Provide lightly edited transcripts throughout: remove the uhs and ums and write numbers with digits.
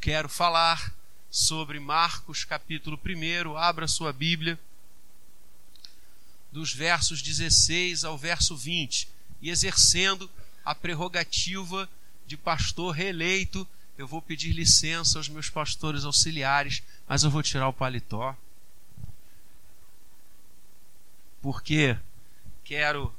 quero falar sobre Marcos capítulo 1, abra sua Bíblia, dos versos 16 ao verso 20, e exercendo a prerrogativa de pastor reeleito, eu vou pedir licença aos meus pastores auxiliares, mas eu vou tirar o paletó, porque quero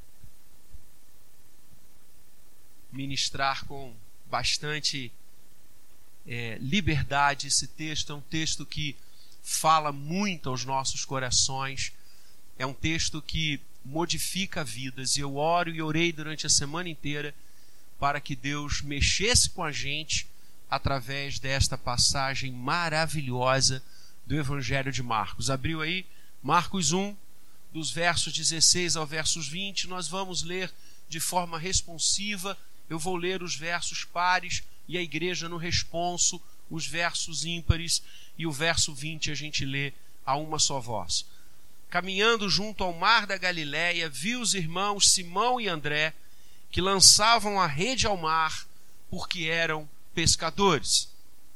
ministrar com bastante liberdade. Esse texto é um texto que fala muito aos nossos corações, é um texto que modifica vidas, e eu oro e orei durante a semana inteira para que Deus mexesse com a gente através desta passagem maravilhosa do Evangelho de Marcos. Abriu aí Marcos 1, dos versos 16 ao versos 20, nós vamos ler de forma responsiva. Eu vou ler os versos pares e a igreja no responso, os versos ímpares, e o verso 20 a gente lê a uma só voz. Caminhando junto ao mar da Galileia, viu os irmãos Simão e André, que lançavam a rede ao mar, porque eram pescadores.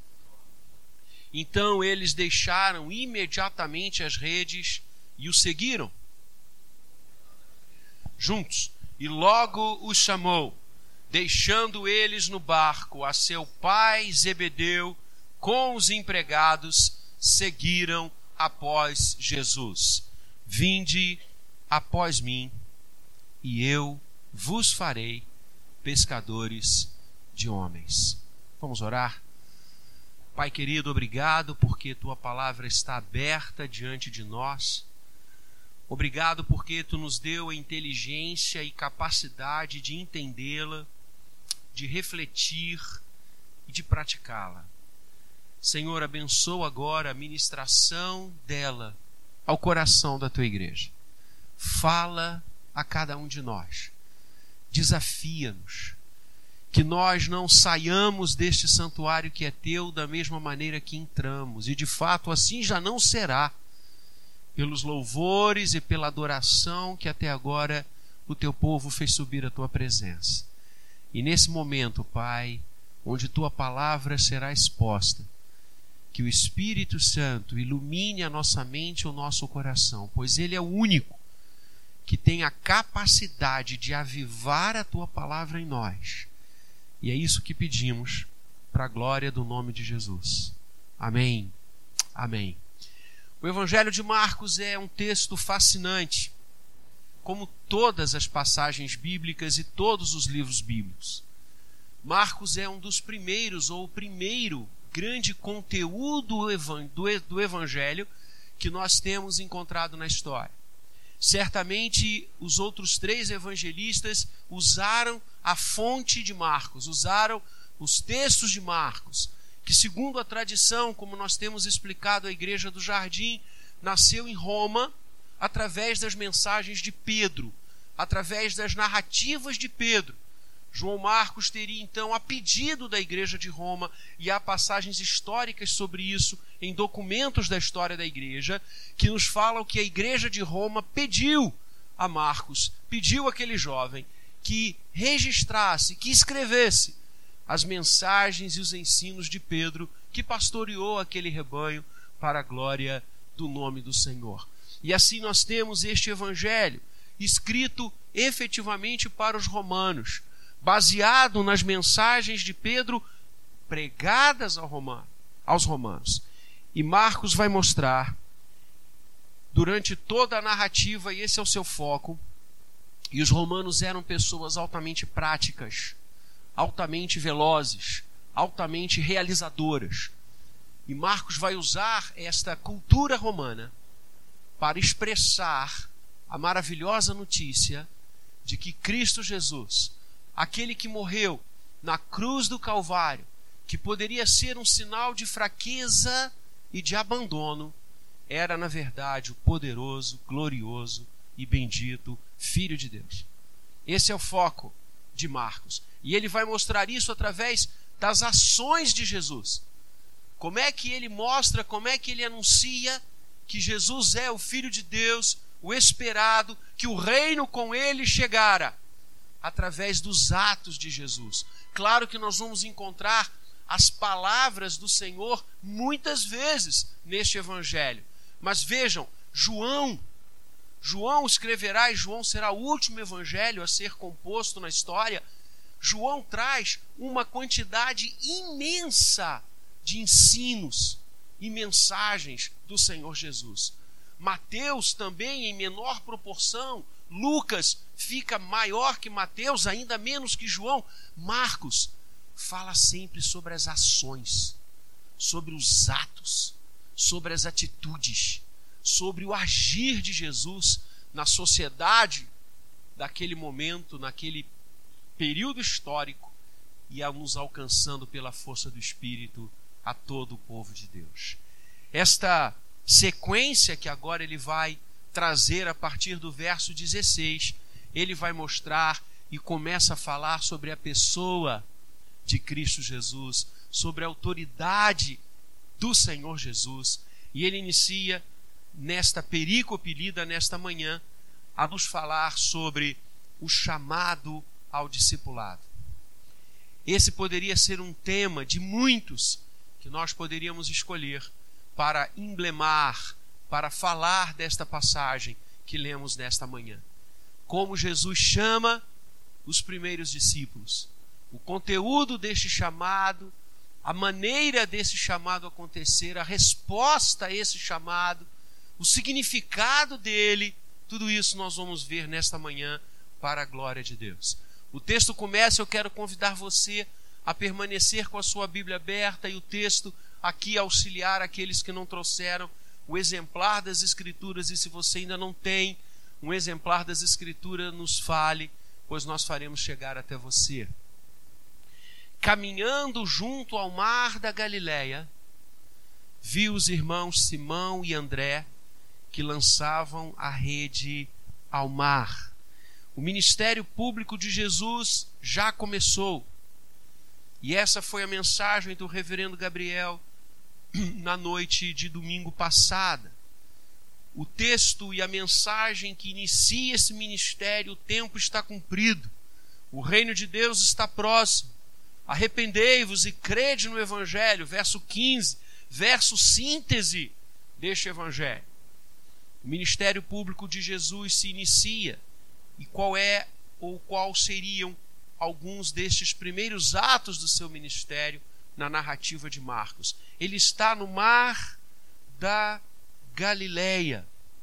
Então eles deixaram imediatamente as redes e o seguiram juntos, e logo os chamou, deixando eles no barco a seu pai Zebedeu com os empregados, seguiram após Jesus. Vinde após mim, e eu vos farei pescadores de homens. Vamos orar? Pai querido, obrigado porque tua palavra está aberta diante de nós. Obrigado porque tu nos deu a inteligência e capacidade de entendê-la, de refletir e de praticá-la. Senhor, abençoa agora a ministração dela ao coração da tua igreja. Fala a cada um de nós. Desafia-nos. Que nós não saiamos deste santuário que é teu da mesma maneira que entramos. E de fato assim já não será, pelos louvores e pela adoração que até agora o teu povo fez subir à tua presença. E nesse momento, Pai, onde tua palavra será exposta, que o Espírito Santo ilumine a nossa mente e o nosso coração, pois ele é o único que tem a capacidade de avivar a tua palavra em nós. E é isso que pedimos, para a glória do nome de Jesus. Amém. Amém. O Evangelho de Marcos é um texto fascinante, como todas as passagens bíblicas e todos os livros bíblicos. Marcos é um dos primeiros, ou o primeiro grande conteúdo do Evangelho que nós temos encontrado na história. Certamente os outros três evangelistas usaram a fonte de Marcos, usaram os textos de Marcos, que segundo a tradição, como nós temos explicado, a Igreja do Jardim nasceu em Roma através das mensagens de Pedro, através das narrativas de Pedro. João Marcos teria então, a pedido da Igreja de Roma, e há passagens históricas sobre isso em documentos da história da Igreja, que nos falam que a Igreja de Roma pediu a Marcos, pediu àquele jovem que registrasse, que escrevesse as mensagens e os ensinos de Pedro, que pastoreou aquele rebanho para a glória do nome do Senhor. E assim nós temos este Evangelho escrito efetivamente para os romanos, baseado nas mensagens de Pedro pregadas aos romanos. E Marcos vai mostrar, durante toda a narrativa, e esse é o seu foco, e os romanos eram pessoas altamente práticas, altamente velozes, altamente realizadoras. E Marcos vai usar esta cultura romana para expressar a maravilhosa notícia de que Cristo Jesus, aquele que morreu na cruz do Calvário, que poderia ser um sinal de fraqueza e de abandono, era na verdade o poderoso, glorioso e bendito Filho de Deus. Esse é o foco de Marcos. E ele vai mostrar isso através das ações de Jesus. Como é que ele mostra, como é que ele anuncia que Jesus é o Filho de Deus, o esperado, que o reino com ele chegara? Através dos atos de Jesus. Claro que nós vamos encontrar as palavras do Senhor muitas vezes neste evangelho. Mas vejam, João escreverá, e João será o último evangelho a ser composto na história. João traz uma quantidade imensa de ensinos e mensagens do Senhor Jesus. Mateus também em menor proporção. Lucas fica maior que Mateus, ainda menos que João. Marcos fala sempre sobre as ações, sobre os atos, sobre as atitudes, sobre o agir de Jesus na sociedade daquele momento, naquele período histórico, e a nos alcançando pela força do Espírito a todo o povo de Deus. Esta sequência que agora ele vai trazer a partir do verso 16, ele vai mostrar e começa a falar sobre a pessoa de Cristo Jesus, sobre a autoridade do Senhor Jesus, e ele inicia nesta perícope lida nesta manhã a nos falar sobre o chamado ao discipulado. Esse poderia ser um tema de muitos que nós poderíamos escolher para emblemar, para falar desta passagem que lemos nesta manhã. Como Jesus chama os primeiros discípulos, o conteúdo deste chamado, a maneira desse chamado acontecer, a resposta a esse chamado, o significado dele, tudo isso nós vamos ver nesta manhã para a glória de Deus. O texto começa, eu quero convidar você a permanecer com a sua Bíblia aberta e o texto aqui auxiliar aqueles que não trouxeram o exemplar das Escrituras, e se você ainda não tem um exemplar das Escrituras, nos fale, pois nós faremos chegar até você. Caminhando junto ao mar da Galileia, viu os irmãos Simão e André que lançavam a rede ao mar. O ministério público de Jesus já começou. E essa foi a mensagem do reverendo Gabriel na noite de domingo passada. O texto e a mensagem que inicia esse ministério, o tempo está cumprido. O reino de Deus está próximo. Arrependei-vos e crede no Evangelho, verso 15, verso síntese deste Evangelho. O ministério público de Jesus se inicia. E qual seriam alguns destes primeiros atos do seu ministério na narrativa de Marcos? Ele está no mar da Galileia.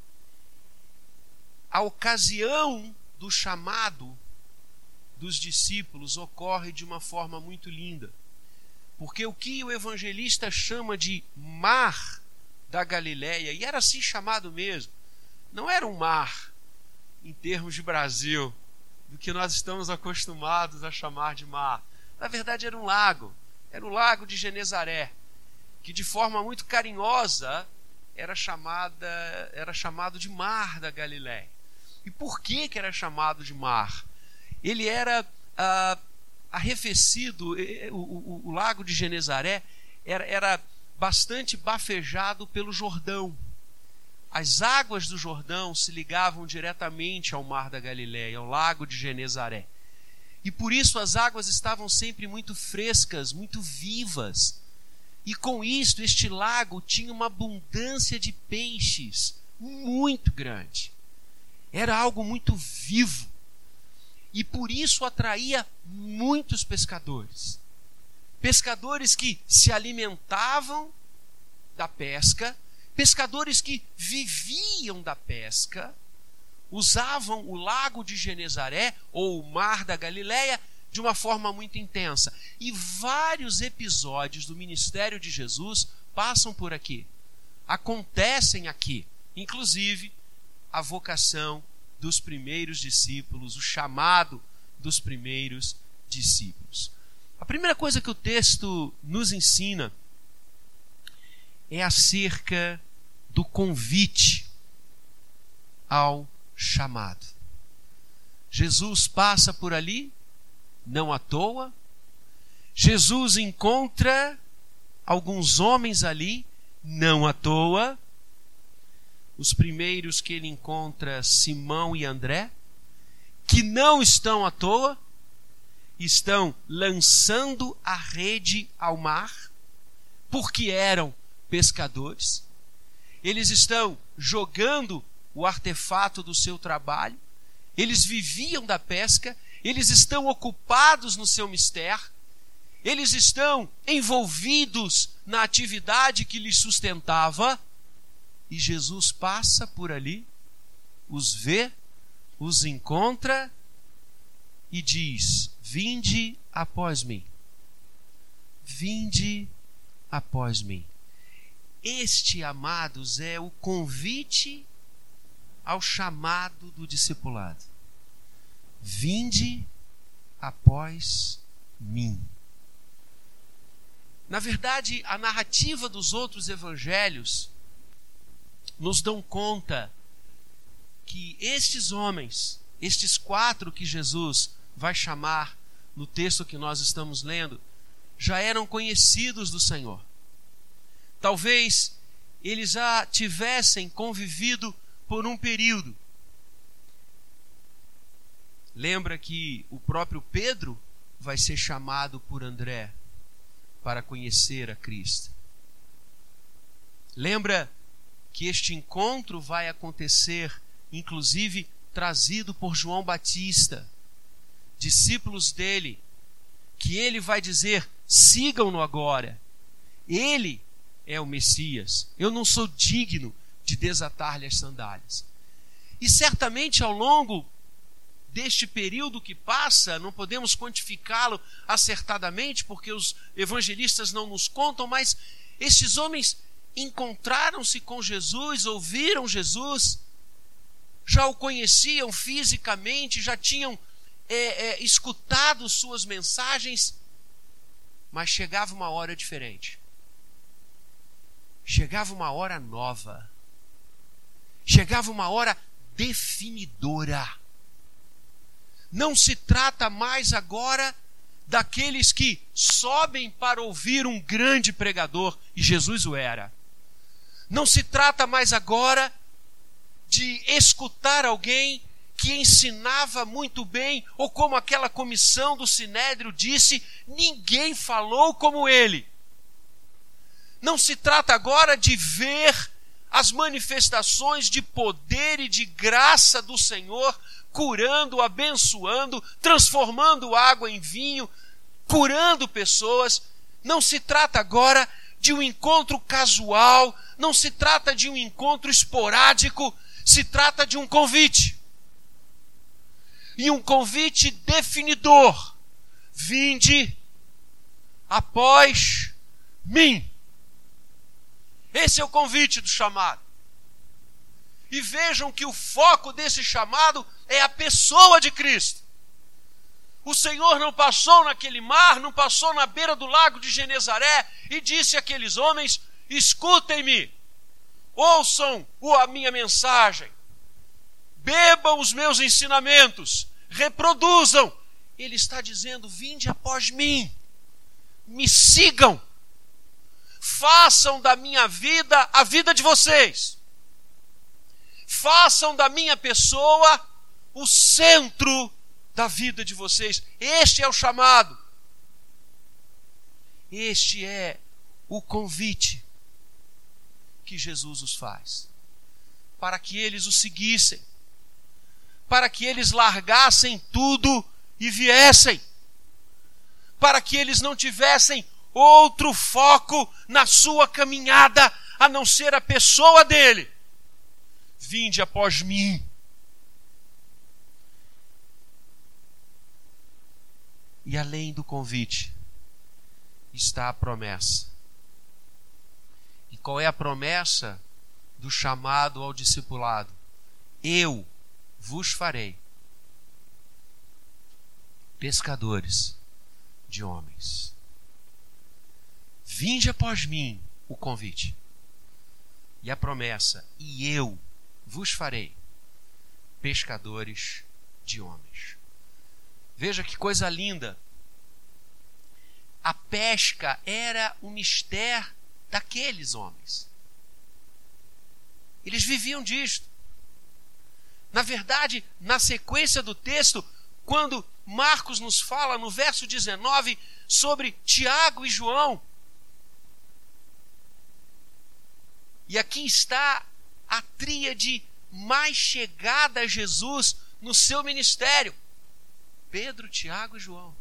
A ocasião do chamado dos discípulos ocorre de uma forma muito linda, porque o que o evangelista chama de mar da Galileia, e era assim chamado mesmo, não era um mar em termos de Brasil, do que nós estamos acostumados a chamar de mar. Na verdade era um lago, era o lago de Genezaré, que de forma muito carinhosa era chamado de mar da Galileia. E por que era chamado de mar? Ele era arrefecido, o lago de Genezaré era bastante bafejado pelo Jordão. As águas do Jordão se ligavam diretamente ao mar da Galileia, ao lago de Genezaré. E por isso as águas estavam sempre muito frescas, muito vivas. E com isto, este lago tinha uma abundância de peixes muito grande. Era algo muito vivo. E por isso atraía muitos pescadores. Pescadores que se alimentavam da pesca, pescadores que viviam da pesca, usavam o lago de Genezaré ou o mar da Galileia de uma forma muito intensa. E vários episódios do ministério de Jesus passam por aqui, acontecem aqui, inclusive a vocação dos primeiros discípulos, o chamado dos primeiros discípulos. A primeira coisa que o texto nos ensina é acerca do convite ao chamado. Jesus passa por ali, não à toa. Jesus encontra alguns homens ali, não à toa. Os primeiros que ele encontra, Simão e André, que não estão à toa, estão lançando a rede ao mar, porque eram pescadores. Eles estão jogando o artefato do seu trabalho. Eles viviam da pesca. Eles estão ocupados no seu mistério. Eles estão envolvidos na atividade que lhes sustentava. E Jesus passa por ali, os vê, os encontra e diz: vinde após mim. Vinde após mim. Este, amados, é o convite ao chamado do discipulado. Vinde após mim. Na verdade, a narrativa dos outros evangelhos nos dão conta que estes homens, estes 4 que Jesus vai chamar no texto que nós estamos lendo, já eram conhecidos do Senhor. Talvez eles já tivessem convivido por um período. Lembra que o próprio Pedro vai ser chamado por André para conhecer a Cristo. Lembra que este encontro vai acontecer, inclusive trazido por João Batista, discípulos dele, que ele vai dizer: sigam-no agora. Ele é o Messias. Eu não sou digno de desatar-lhe as sandálias. E certamente ao longo deste período que passa, não podemos quantificá-lo acertadamente, porque os evangelistas não nos contam, mas estes homens encontraram-se com Jesus, ouviram Jesus, já o conheciam fisicamente, já tinham escutado suas mensagens, mas chegava uma hora diferente. Chegava uma hora nova. Chegava uma hora definidora. Não se trata mais agora daqueles que sobem para ouvir um grande pregador, e Jesus o era. Não se trata mais agora de escutar alguém que ensinava muito bem, ou como aquela comissão do Sinédrio disse, ninguém falou como ele. Não se trata agora de ver as manifestações de poder e de graça do Senhor, curando, abençoando, transformando água em vinho, curando pessoas. Não se trata agora de um encontro casual, não se trata de um encontro esporádico, se trata de um convite. E um convite definidor: vinde após mim. Esse é o convite do chamado. E vejam que o foco desse chamado é a pessoa de Cristo. O Senhor não passou naquele mar, não passou na beira do lago de Genezaré e disse àqueles homens: escutem-me, ouçam a minha mensagem, bebam os meus ensinamentos, reproduzam. Ele está dizendo: vinde após mim, me sigam, façam da minha vida a vida de vocês, façam da minha pessoa o centro da vida de vocês. Este é o chamado. Este é o convite que Jesus os faz, para que eles o seguissem, para que eles largassem tudo e viessem, para que eles não tivessem outro foco na sua caminhada, a não ser a pessoa dele. Vinde após mim. E além do convite, está a promessa. E qual é a promessa do chamado ao discipulado? Eu vos farei pescadores de homens. Vinde após mim, o convite. E a promessa: e eu vos farei pescadores de homens. Veja que coisa linda. A pesca era o mistério daqueles homens. Eles viviam disto. Na verdade, na sequência do texto, quando Marcos nos fala no verso 19 sobre Tiago e João. E aqui está a tríade mais chegada a Jesus no seu ministério: Pedro, Tiago e João.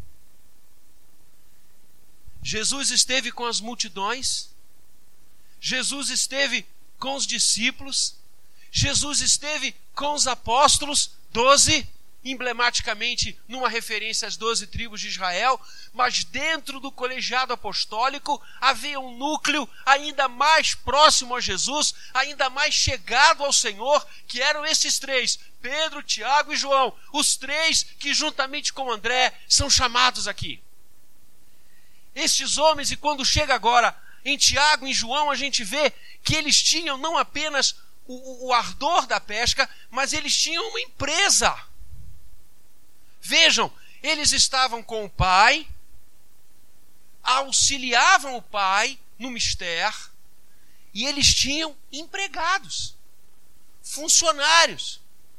Jesus esteve com as multidões, Jesus esteve com os discípulos, Jesus esteve com os apóstolos, 12, emblematicamente numa referência às 12 tribos de Israel, mas dentro do colegiado apostólico havia um núcleo ainda mais próximo a Jesus, ainda mais chegado ao Senhor, que eram esses três: Pedro, Tiago e João, os três que juntamente com André são chamados aqui. Estes homens, e quando chega agora em Tiago e em João, a gente vê que eles tinham não apenas o ardor da pesca, mas eles tinham uma empresa. Vejam, eles estavam com o pai, auxiliavam o pai no mistério, e eles tinham empregados, funcionários.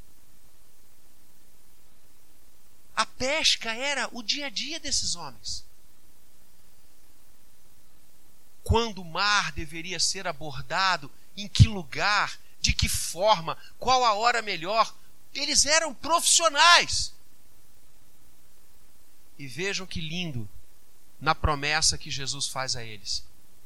A pesca era o dia a dia desses homens. Quando o mar deveria ser abordado, em que lugar, de que forma, qual a hora melhor, eles eram profissionais. E vejam que lindo na promessa que Jesus faz a eles: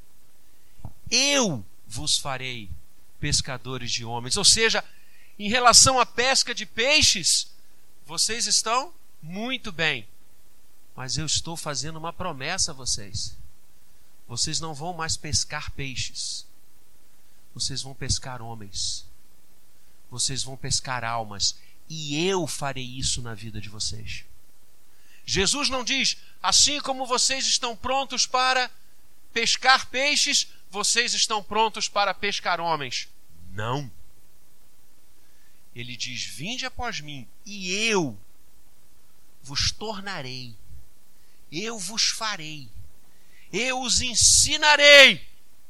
eu vos farei pescadores de homens. Ou seja, em relação à pesca de peixes, vocês estão muito bem, mas eu estou fazendo uma promessa a vocês: vocês não vão mais pescar peixes, vocês vão pescar homens, vocês vão pescar almas, e eu farei isso na vida de vocês. Jesus não diz: assim como vocês estão prontos para pescar peixes, vocês estão prontos para pescar homens. Não. Ele diz: vinde após mim, e eu vos tornarei, eu vos farei, eu os ensinarei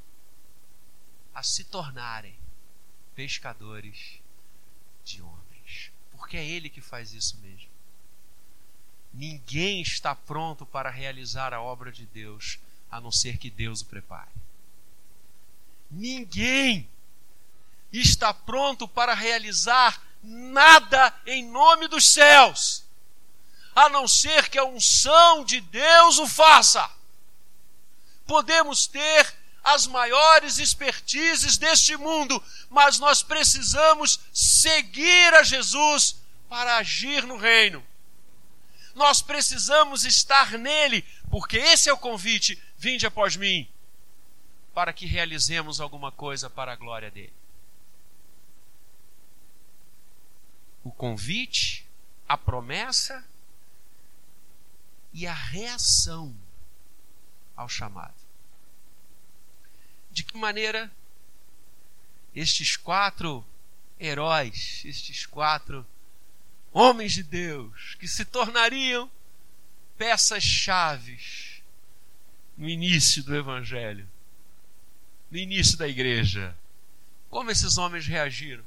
a se tornarem pescadores de homens. Porque é Ele que faz isso mesmo. Ninguém está pronto para realizar a obra de Deus, a não ser que Deus o prepare. Ninguém está pronto para realizar nada em nome dos céus, a não ser que a unção de Deus o faça. Podemos ter as maiores expertises deste mundo, mas nós precisamos seguir a Jesus para agir no reino. Nós precisamos estar nele, porque esse é o convite: vinde após mim, para que realizemos alguma coisa para a glória dele. O convite, a promessa e a reação ao chamado. De que maneira estes 4 heróis, estes 4 homens de Deus, que se tornariam peças-chaves no início do Evangelho, no início da igreja, como esses homens reagiram?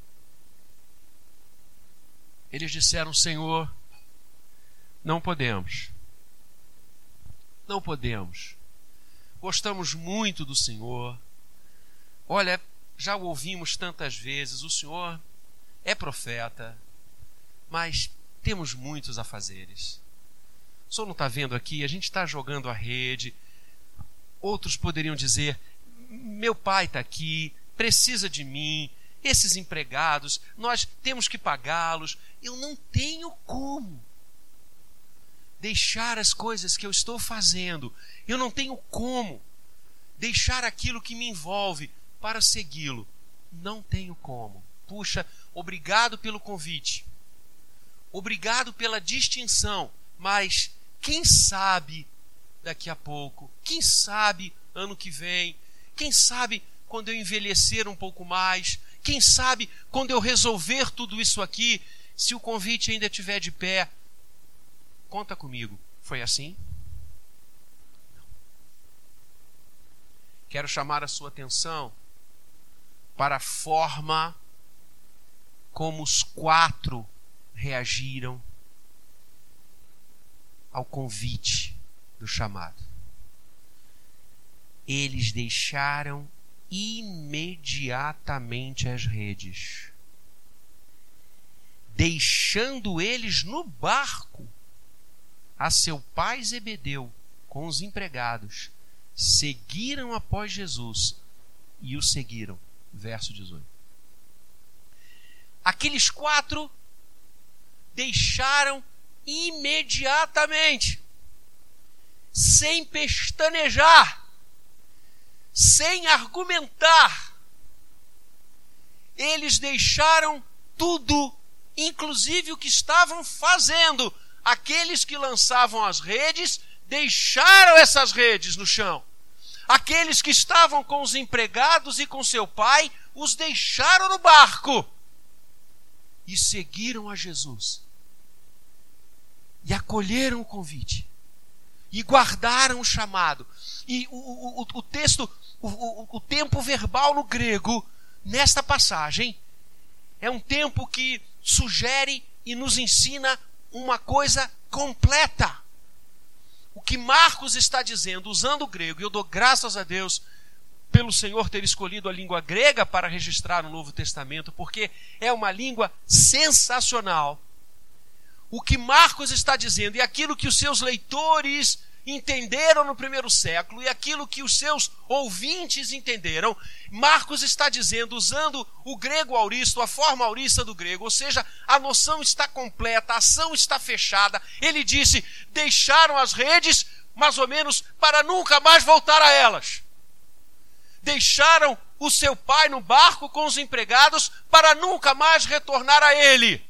Eles disseram: Senhor, não podemos. Não podemos. Gostamos muito do Senhor. Olha, já o ouvimos tantas vezes. O Senhor é profeta, mas temos muitos afazeres. O senhor não está vendo aqui? A gente está jogando a rede. Outros poderiam dizer: meu pai está aqui, precisa de mim. Esses empregados, nós temos que pagá-los. Eu não tenho como deixar as coisas que eu estou fazendo. Eu não tenho como deixar aquilo que me envolve para segui-lo. Não tenho como. Puxa, obrigado pelo convite. Obrigado pela distinção. Mas quem sabe daqui a pouco? Quem sabe ano que vem? Quem sabe quando eu envelhecer um pouco mais? Quem sabe quando eu resolver tudo isso aqui? Se o convite ainda estiver de pé, conta comigo. Foi assim? Não. Quero chamar a sua atenção para a forma como os 4 reagiram ao convite do chamado. Eles deixaram imediatamente as redes. Deixando eles no barco a seu pai Zebedeu com os empregados, seguiram após Jesus e o seguiram. Verso 18. Aqueles 4 deixaram imediatamente, sem pestanejar, sem argumentar. Eles deixaram tudo, inclusive o que estavam fazendo. Aqueles que lançavam as redes deixaram essas redes no chão. Aqueles que estavam com os empregados e com seu pai os deixaram no barco e seguiram a Jesus. E acolheram o convite. E guardaram o chamado. E o texto, o tempo verbal no grego, nesta passagem, é um tempo que sugere e nos ensina uma coisa completa. O que Marcos está dizendo, usando o grego, e eu dou graças a Deus pelo Senhor ter escolhido a língua grega para registrar o Novo Testamento, porque é uma língua sensacional. O que Marcos está dizendo, e aquilo que os seus leitores entenderam no primeiro século, e aquilo que os seus ouvintes entenderam, Marcos está dizendo, usando o grego auristo, a forma aurista do grego, ou seja, a noção está completa, a ação está fechada. Ele disse, deixaram as redes, mais ou menos, para nunca mais voltar a elas. Deixaram o seu pai no barco com os empregados para nunca mais retornar a ele.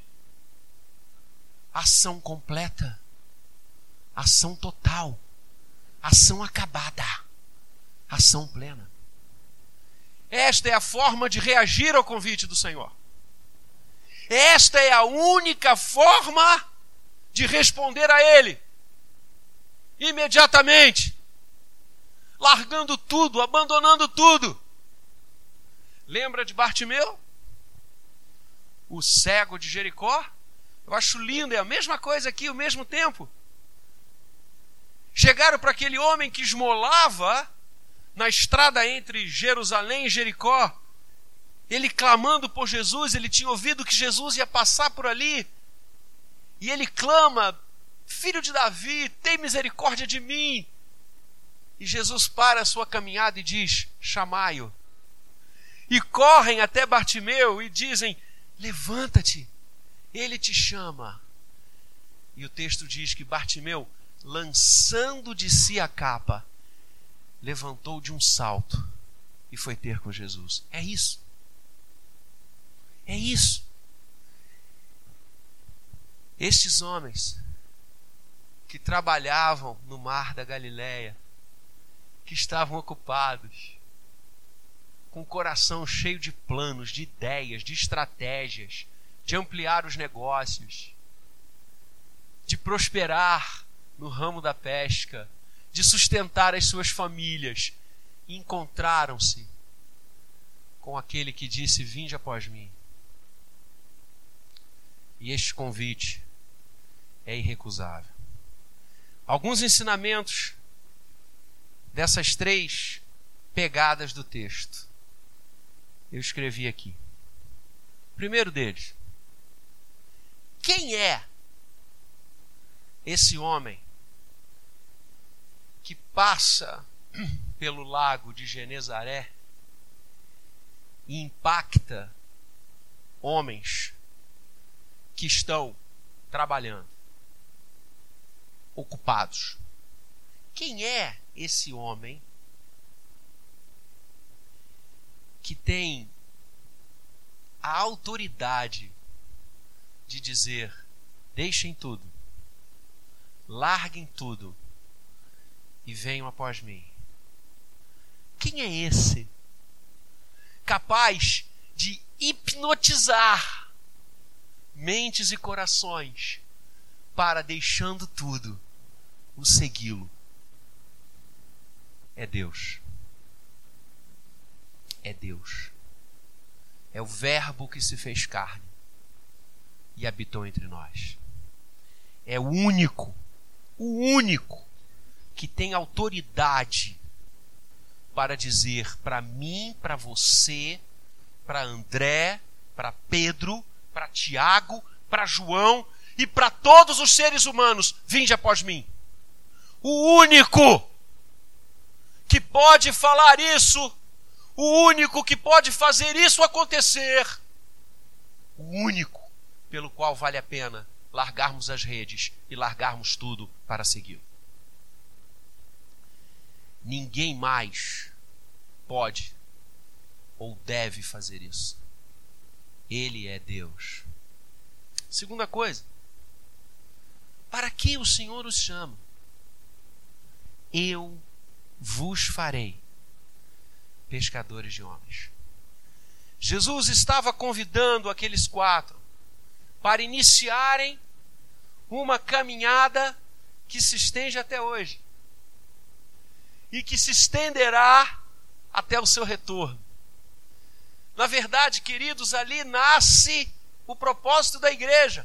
Ação completa, ação total, ação acabada, ação plena. Esta é a forma de reagir ao convite do Senhor. Esta é a única forma de responder a Ele. Imediatamente, largando tudo, abandonando tudo. Lembra de Bartimeu? O cego de Jericó? Eu acho lindo, é a mesma coisa aqui, o mesmo tempo. Chegaram para aquele homem que esmolava na estrada entre Jerusalém e Jericó. Ele clamando por Jesus, ele tinha ouvido que Jesus ia passar por ali. E ele clama, filho de Davi, tem misericórdia de mim. E Jesus para a sua caminhada e diz, chamai-o. E correm até Bartimeu e dizem, levanta-te. Ele te chama. E o texto diz que Bartimeu, lançando de si a capa, levantou de um salto e foi ter com Jesus. É isso. É isso. Estes homens que trabalhavam no mar da Galileia, que estavam ocupados, com o coração cheio de planos, de ideias, de estratégias, de ampliar os negócios, de prosperar no ramo da pesca, de sustentar as suas famílias, encontraram-se com aquele que disse, vinde após mim. E este convite é irrecusável. Alguns ensinamentos dessas 3 pegadas do texto eu escrevi aqui. O primeiro deles, quem é esse homem que passa pelo lago de Genezaré e impacta homens que estão trabalhando, ocupados? Quem é esse homem que tem a autoridade de dizer, deixem tudo, larguem tudo e venham após mim? Quem é esse capaz de hipnotizar mentes e corações para, deixando tudo, o segui-lo? É Deus. É Deus. É o Verbo que se fez carne e habitou entre nós. É o único o único que tem autoridade para dizer para mim, para você, para André, para Pedro, para Tiago, para João e para todos os seres humanos: vinde após mim. O único que pode falar isso, o único que pode fazer isso acontecer, o único pelo qual vale a pena largarmos as redes e largarmos tudo para segui-lo. Ninguém mais pode ou deve fazer isso. Ele é Deus. Segunda coisa, para que o Senhor os chama? Eu vos farei pescadores de homens. Jesus estava convidando aqueles 4 para iniciarem uma caminhada que se estende até hoje e que se estenderá até o seu retorno. Na verdade, queridos, ali nasce o propósito da igreja.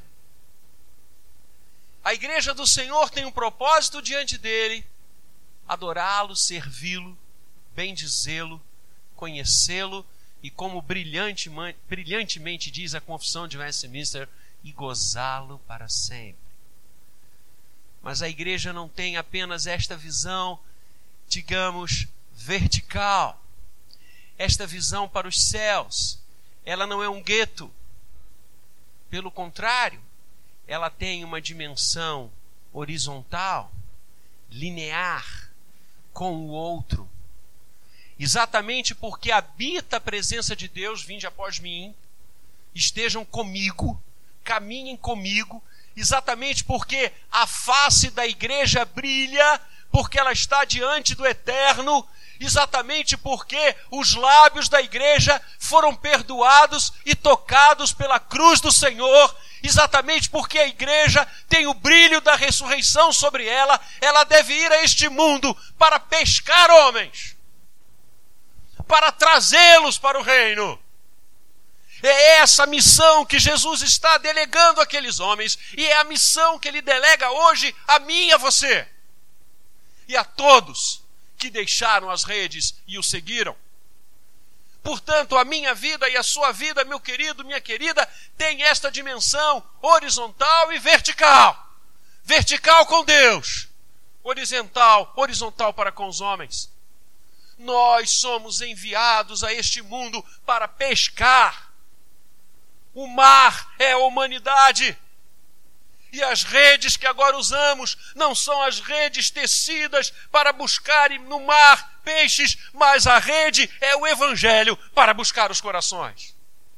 A igreja do Senhor tem um propósito diante dele: adorá-lo, servi-lo, bendizê-lo, conhecê-lo e, como brilhantemente diz a Confissão de Westminster, e gozá-lo para sempre. Mas a igreja não tem apenas esta visão, digamos, vertical, esta visão para os céus. Ela não é um gueto. Pelo contrário, ela tem uma dimensão horizontal, linear, com o outro. Exatamente porque habita a presença de Deus: vinde após mim, estejam comigo, caminhem comigo. Exatamente porque a face da igreja brilha, porque ela está diante do eterno. Exatamente porque os lábios da igreja foram perdoados e tocados pela cruz do Senhor. Exatamente porque a igreja tem o brilho da ressurreição sobre ela. Ela deve ir a este mundo para pescar homens, para trazê-los para o reino. É essa missão que Jesus está delegando àqueles homens, e é a missão que ele delega hoje a mim e a você, e a todos que deixaram as redes e o seguiram. Portanto, a minha vida e a sua vida, meu querido, minha querida, tem esta dimensão horizontal e vertical. Vertical com Deus, horizontal para com os homens. Nós somos enviados a este mundo para pescar. O mar é a humanidade. E as redes que agora usamos não são as redes tecidas para buscarem no mar peixes, mas a rede é o evangelho para buscar os corações.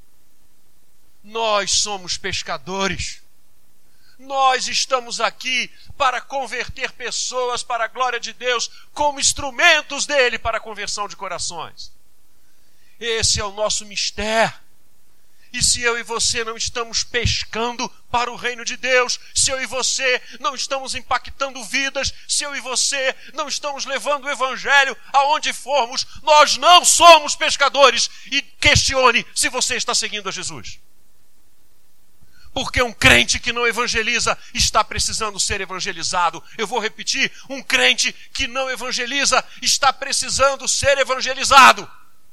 Nós somos pescadores. Nós estamos aqui para converter pessoas para a glória de Deus, como instrumentos dele para a conversão de corações. Esse é o nosso mistério. E se eu e você não estamos pescando para o reino de Deus, se eu e você não estamos impactando vidas, se eu e você não estamos levando o evangelho aonde formos, nós não somos pescadores. E questione se você está seguindo a Jesus. Porque um crente que não evangeliza está precisando ser evangelizado. Eu vou repetir: um crente que não evangeliza está precisando ser evangelizado.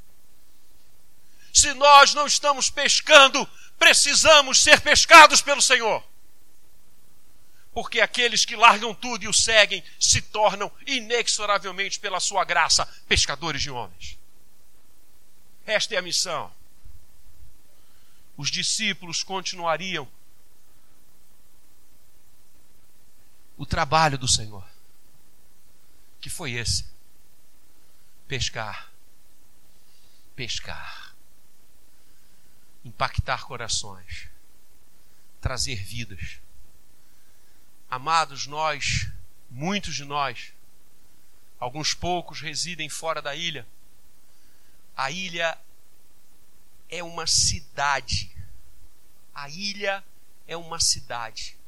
Se nós não estamos pescando, precisamos ser pescados pelo Senhor. Porque aqueles que largam tudo e o seguem se tornam inexoravelmente, pela sua graça, pescadores de homens. Esta é a missão. Os discípulos continuariam o trabalho do Senhor, que foi esse: pescar, impactar corações, trazer vidas. Amados, muitos de nós, alguns poucos residem fora da ilha. A ilha é uma cidade. A ilha é uma cidade.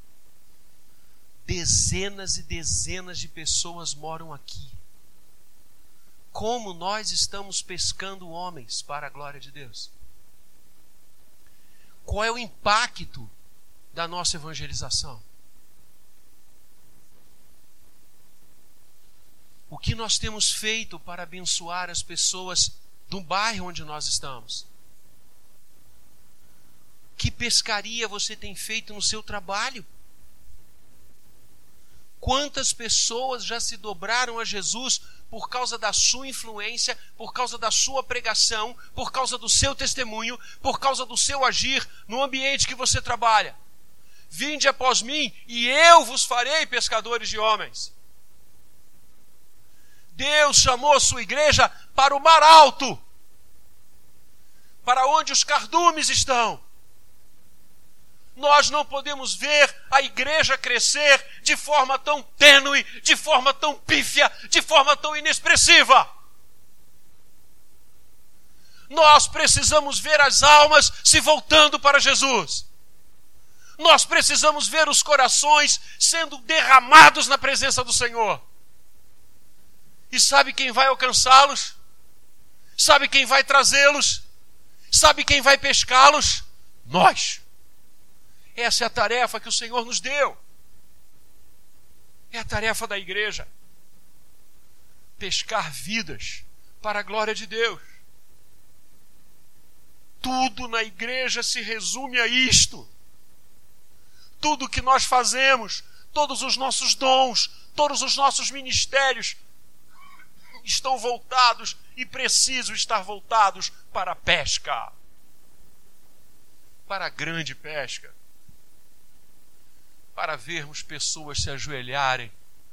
Dezenas e dezenas de pessoas moram aqui. Como nós estamos pescando homens para a glória de Deus? Qual é o impacto da nossa evangelização? O que nós temos feito para abençoar as pessoas do bairro onde nós estamos? Que pescaria você tem feito no seu trabalho? Quantas pessoas já se dobraram a Jesus por causa da sua influência, por causa da sua pregação, por causa do seu testemunho, por causa do seu agir no ambiente que você trabalha? Vinde após mim e eu vos farei pescadores de homens. Deus chamou a sua igreja para o mar alto, para onde os cardumes estão. Nós não podemos ver a igreja crescer de forma tão tênue, de forma tão pífia, de forma tão inexpressiva. Nós precisamos ver as almas se voltando para Jesus. Nós precisamos ver os corações sendo derramados na presença do Senhor. E sabe quem vai alcançá-los? Sabe quem vai trazê-los? Sabe quem vai pescá-los? Nós. Essa é a tarefa que o Senhor nos deu. É a tarefa da igreja. Pescar vidas para a glória de Deus. Tudo na igreja se resume a isto. Tudo que nós fazemos, todos os nossos dons, todos os nossos ministérios estão voltados e precisam estar voltados para a pesca. Para a grande pesca. Para vermos pessoas se ajoelharem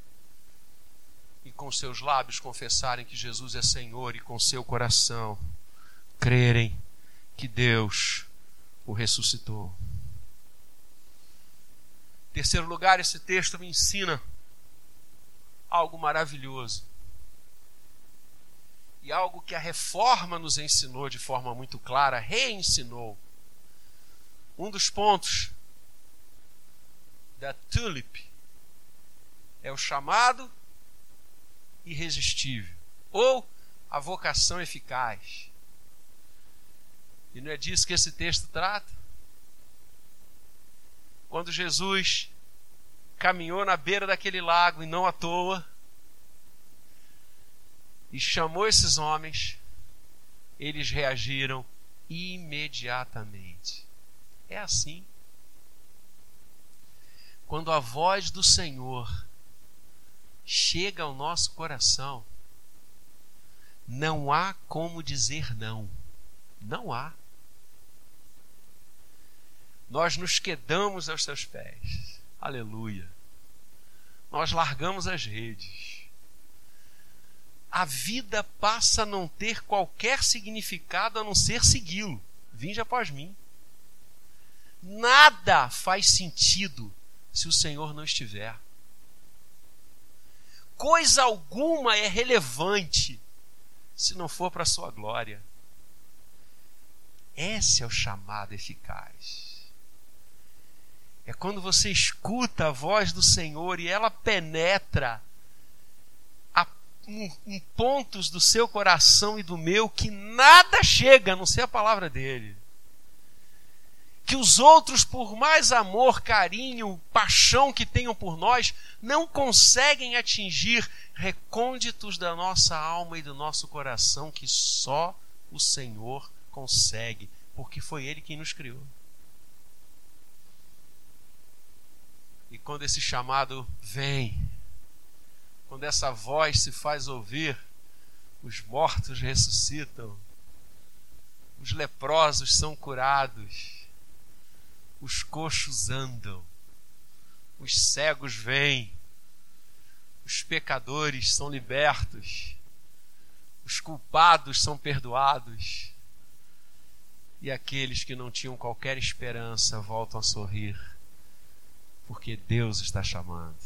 e com seus lábios confessarem que Jesus é Senhor e com seu coração crerem que Deus o ressuscitou. Em terceiro lugar, esse texto me ensina algo maravilhoso. E algo que a reforma nos ensinou de forma muito clara, reensinou. Um dos pontos da TULIP é o chamado irresistível, ou a vocação eficaz. E não é disso que esse texto trata? Quando Jesus caminhou na beira daquele lago, e não à toa, e chamou esses homens, eles reagiram imediatamente. É assim. Quando a voz do Senhor chega ao nosso coração, não há como dizer não. Não há. Nós nos quedamos aos seus pés. Aleluia. Nós largamos as redes. A vida passa a não ter qualquer significado a não ser segui-lo. Vinde após mim. Nada faz sentido se o Senhor não estiver. Coisa alguma é relevante se não for para a sua glória. Esse é o chamado eficaz. É quando você escuta a voz do Senhor e ela penetra em pontos do seu coração e do meu que nada chega a não ser a palavra dele. Que os outros, por mais amor, carinho, paixão que tenham por nós, não conseguem atingir recônditos da nossa alma e do nosso coração que só o Senhor consegue, porque foi Ele quem nos criou. E quando esse chamado vem, quando essa voz se faz ouvir, os mortos ressuscitam, os leprosos são curados, os coxos andam, os cegos vêm, os pecadores são libertos, os culpados são perdoados, e aqueles que não tinham qualquer esperança voltam a sorrir, porque Deus está chamando.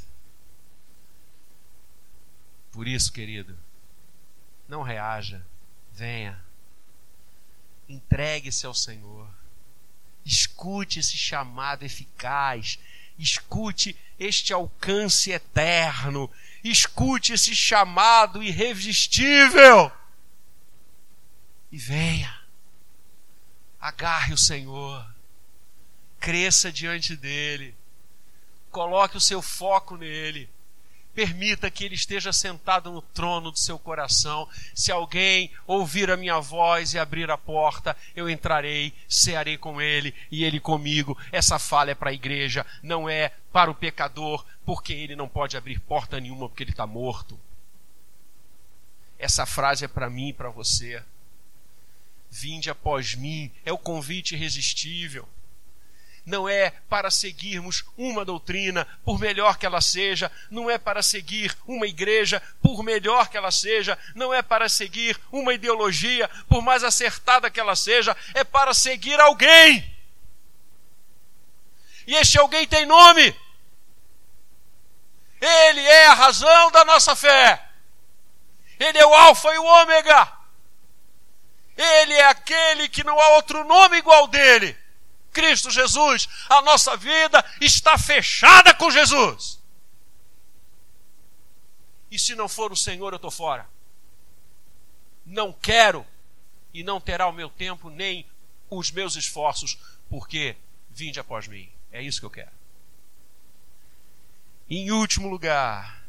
Por isso, querido, não reaja, venha, entregue-se ao Senhor, escute esse chamado eficaz, escute este alcance eterno, escute esse chamado irresistível e venha, agarre o Senhor, cresça diante dele, coloque o seu foco nele, permita que Ele esteja sentado no trono do seu coração. Se alguém ouvir a minha voz e abrir a porta, eu entrarei, cearei com ele e ele comigo. Essa fala é para a igreja, não é para o pecador, porque ele não pode abrir porta nenhuma porque ele está morto. Essa frase é para mim e para você. Vinde após mim, é o convite irresistível. Não é para seguirmos uma doutrina, por melhor que ela seja. Não é para seguir uma igreja, por melhor que ela seja. Não é para seguir uma ideologia, por mais acertada que ela seja. É para seguir alguém. E este alguém tem nome. Ele é a razão da nossa fé. Ele é o alfa e o ômega. Ele é aquele que não há outro nome igual dele. Cristo Jesus. A nossa vida está fechada com Jesus. E se não for o Senhor, eu estou fora. Não quero e não terá o meu tempo nem os meus esforços, porque vinde após mim. É isso que eu quero. Em último lugar,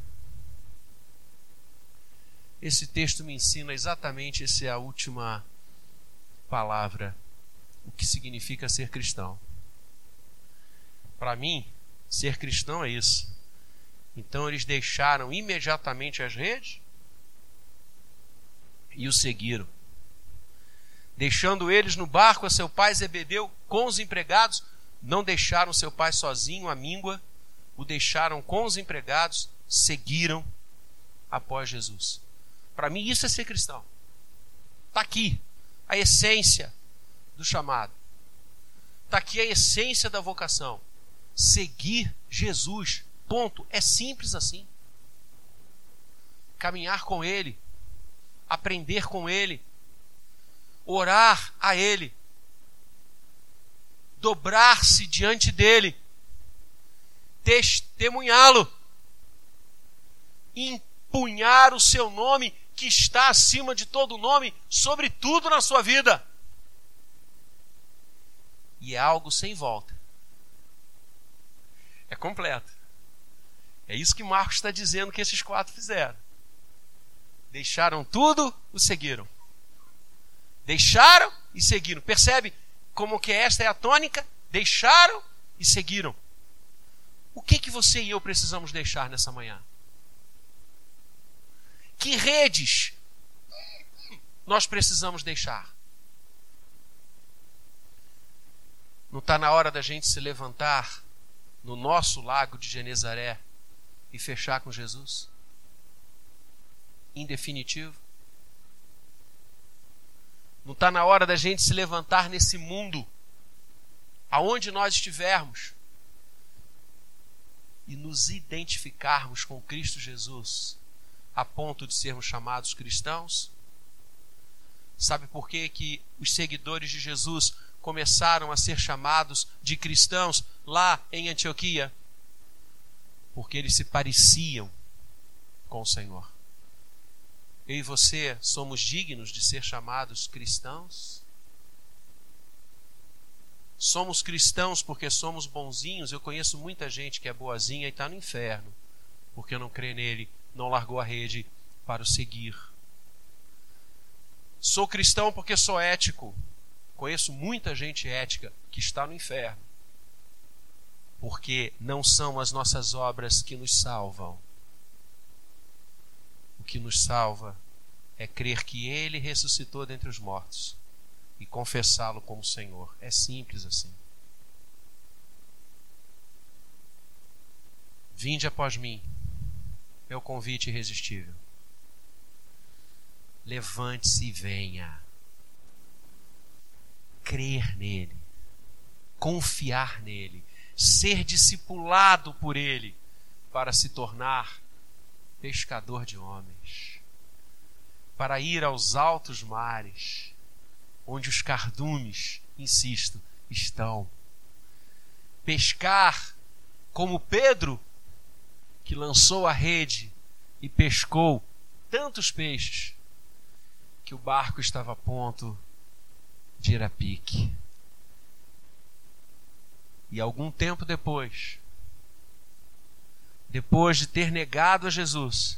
esse texto me ensina exatamente, essa é a última palavra, o que significa ser cristão. Para mim, ser cristão é isso. Então eles deixaram imediatamente as redes e o seguiram. Deixando eles no barco a seu pai Zebedeu com os empregados, não deixaram seu pai sozinho à míngua, o deixaram com os empregados, seguiram após Jesus. Para mim isso é ser cristão. Está aqui a essência do chamado. Está aqui a essência da vocação. Seguir Jesus. Ponto. É simples assim. Caminhar com Ele. Aprender com Ele. Orar a Ele. Dobrar-se diante dEle. Testemunhá-lo. Empunhar o seu nome, que está acima de todo nome, sobre tudo na sua vida. E é algo sem volta. É completo. É isso que Marcos está dizendo que esses 4 fizeram. Deixaram tudo, o seguiram. Deixaram e seguiram. Percebe como que esta é a tônica? Deixaram e seguiram. O que você e eu precisamos deixar nessa manhã? Que redes nós precisamos deixar? Não está na hora da gente se levantar no nosso lago de Genezaré e fechar com Jesus? Em definitivo? Não está na hora da gente se levantar nesse mundo, aonde nós estivermos, e nos identificarmos com Cristo Jesus, a ponto de sermos chamados cristãos? Sabe por que os seguidores de Jesus começaram a ser chamados de cristãos lá em Antioquia? Porque eles se pareciam com o Senhor. Eu e você somos dignos de ser chamados cristãos? Somos cristãos porque somos bonzinhos? Eu conheço muita gente que é boazinha e está no inferno, porque não crê nele, não largou a rede para o seguir. Sou cristão porque sou ético. Conheço muita gente ética que está no inferno, porque não são as nossas obras que nos salvam. O que nos salva é crer que Ele ressuscitou dentre os mortos e confessá-lo como Senhor. É simples assim. Vinde após mim. É o convite irresistível. Levante-se e venha. Crer nele. Confiar nele. Ser discipulado por ele para se tornar pescador de homens. Para ir aos altos mares, onde os cardumes, insisto, estão. Pescar como Pedro, que lançou a rede e pescou tantos peixes que o barco estava a ponto de ir a pique. E algum tempo depois, depois de ter negado a Jesus,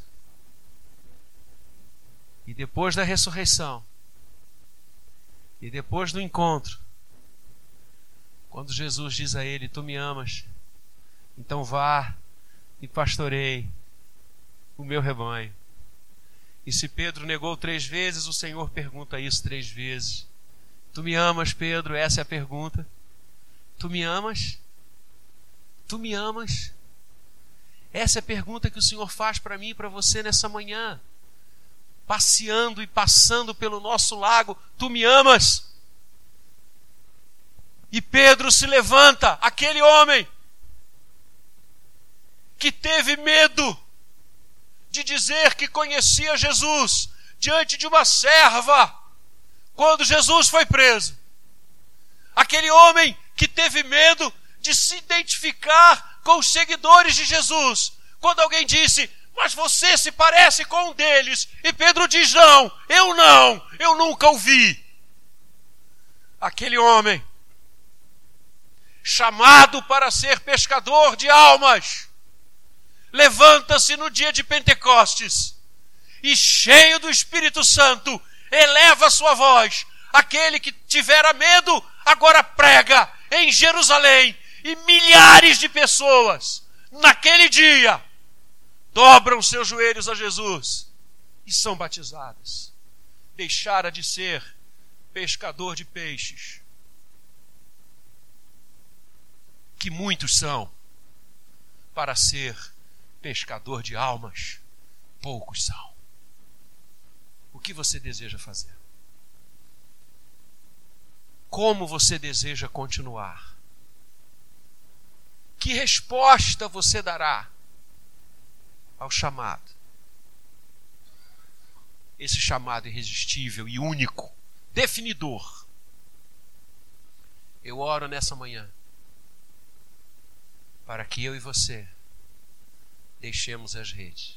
e depois da ressurreição, e depois do encontro, quando Jesus diz a ele: tu me amas, então vá e pastoreie o meu rebanho. E se Pedro negou 3 vezes, o Senhor pergunta isso 3 vezes. Tu me amas, Pedro? Essa é a pergunta. Tu me amas? Tu me amas? Essa é a pergunta que o Senhor faz para mim e para você nessa manhã. Passeando e passando pelo nosso lago. Tu me amas? E Pedro se levanta, aquele homem que teve medo de dizer que conhecia Jesus diante de uma serva quando Jesus foi preso. Aquele homem que teve medo de se identificar com os seguidores de Jesus quando alguém disse: mas você se parece com um deles. E Pedro diz: não, eu nunca o vi. Aquele homem chamado para ser pescador de almas levanta-se no dia de Pentecostes e, cheio do Espírito Santo, eleva sua voz. Aquele que tivera medo agora prega em Jerusalém, e milhares de pessoas naquele dia dobram seus joelhos a Jesus e são batizadas. Deixara de ser pescador de peixes, que muitos são, para ser pescador de almas, poucos são. O que você deseja fazer? Como você deseja continuar? Que resposta você dará ao chamado? Esse chamado irresistível e único, definidor. Eu oro nessa manhã para que eu e você deixemos as redes,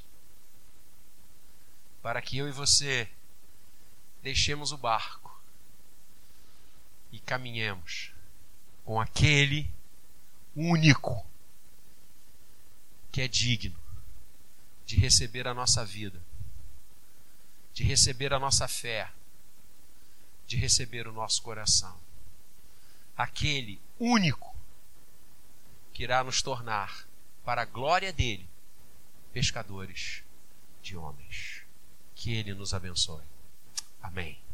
para que eu e você deixemos o barco e caminhemos com aquele único que é digno de receber a nossa vida, de receber a nossa fé, de receber o nosso coração. Aquele único que irá nos tornar, para a glória dele, pescadores de homens. Que ele nos abençoe. Amém.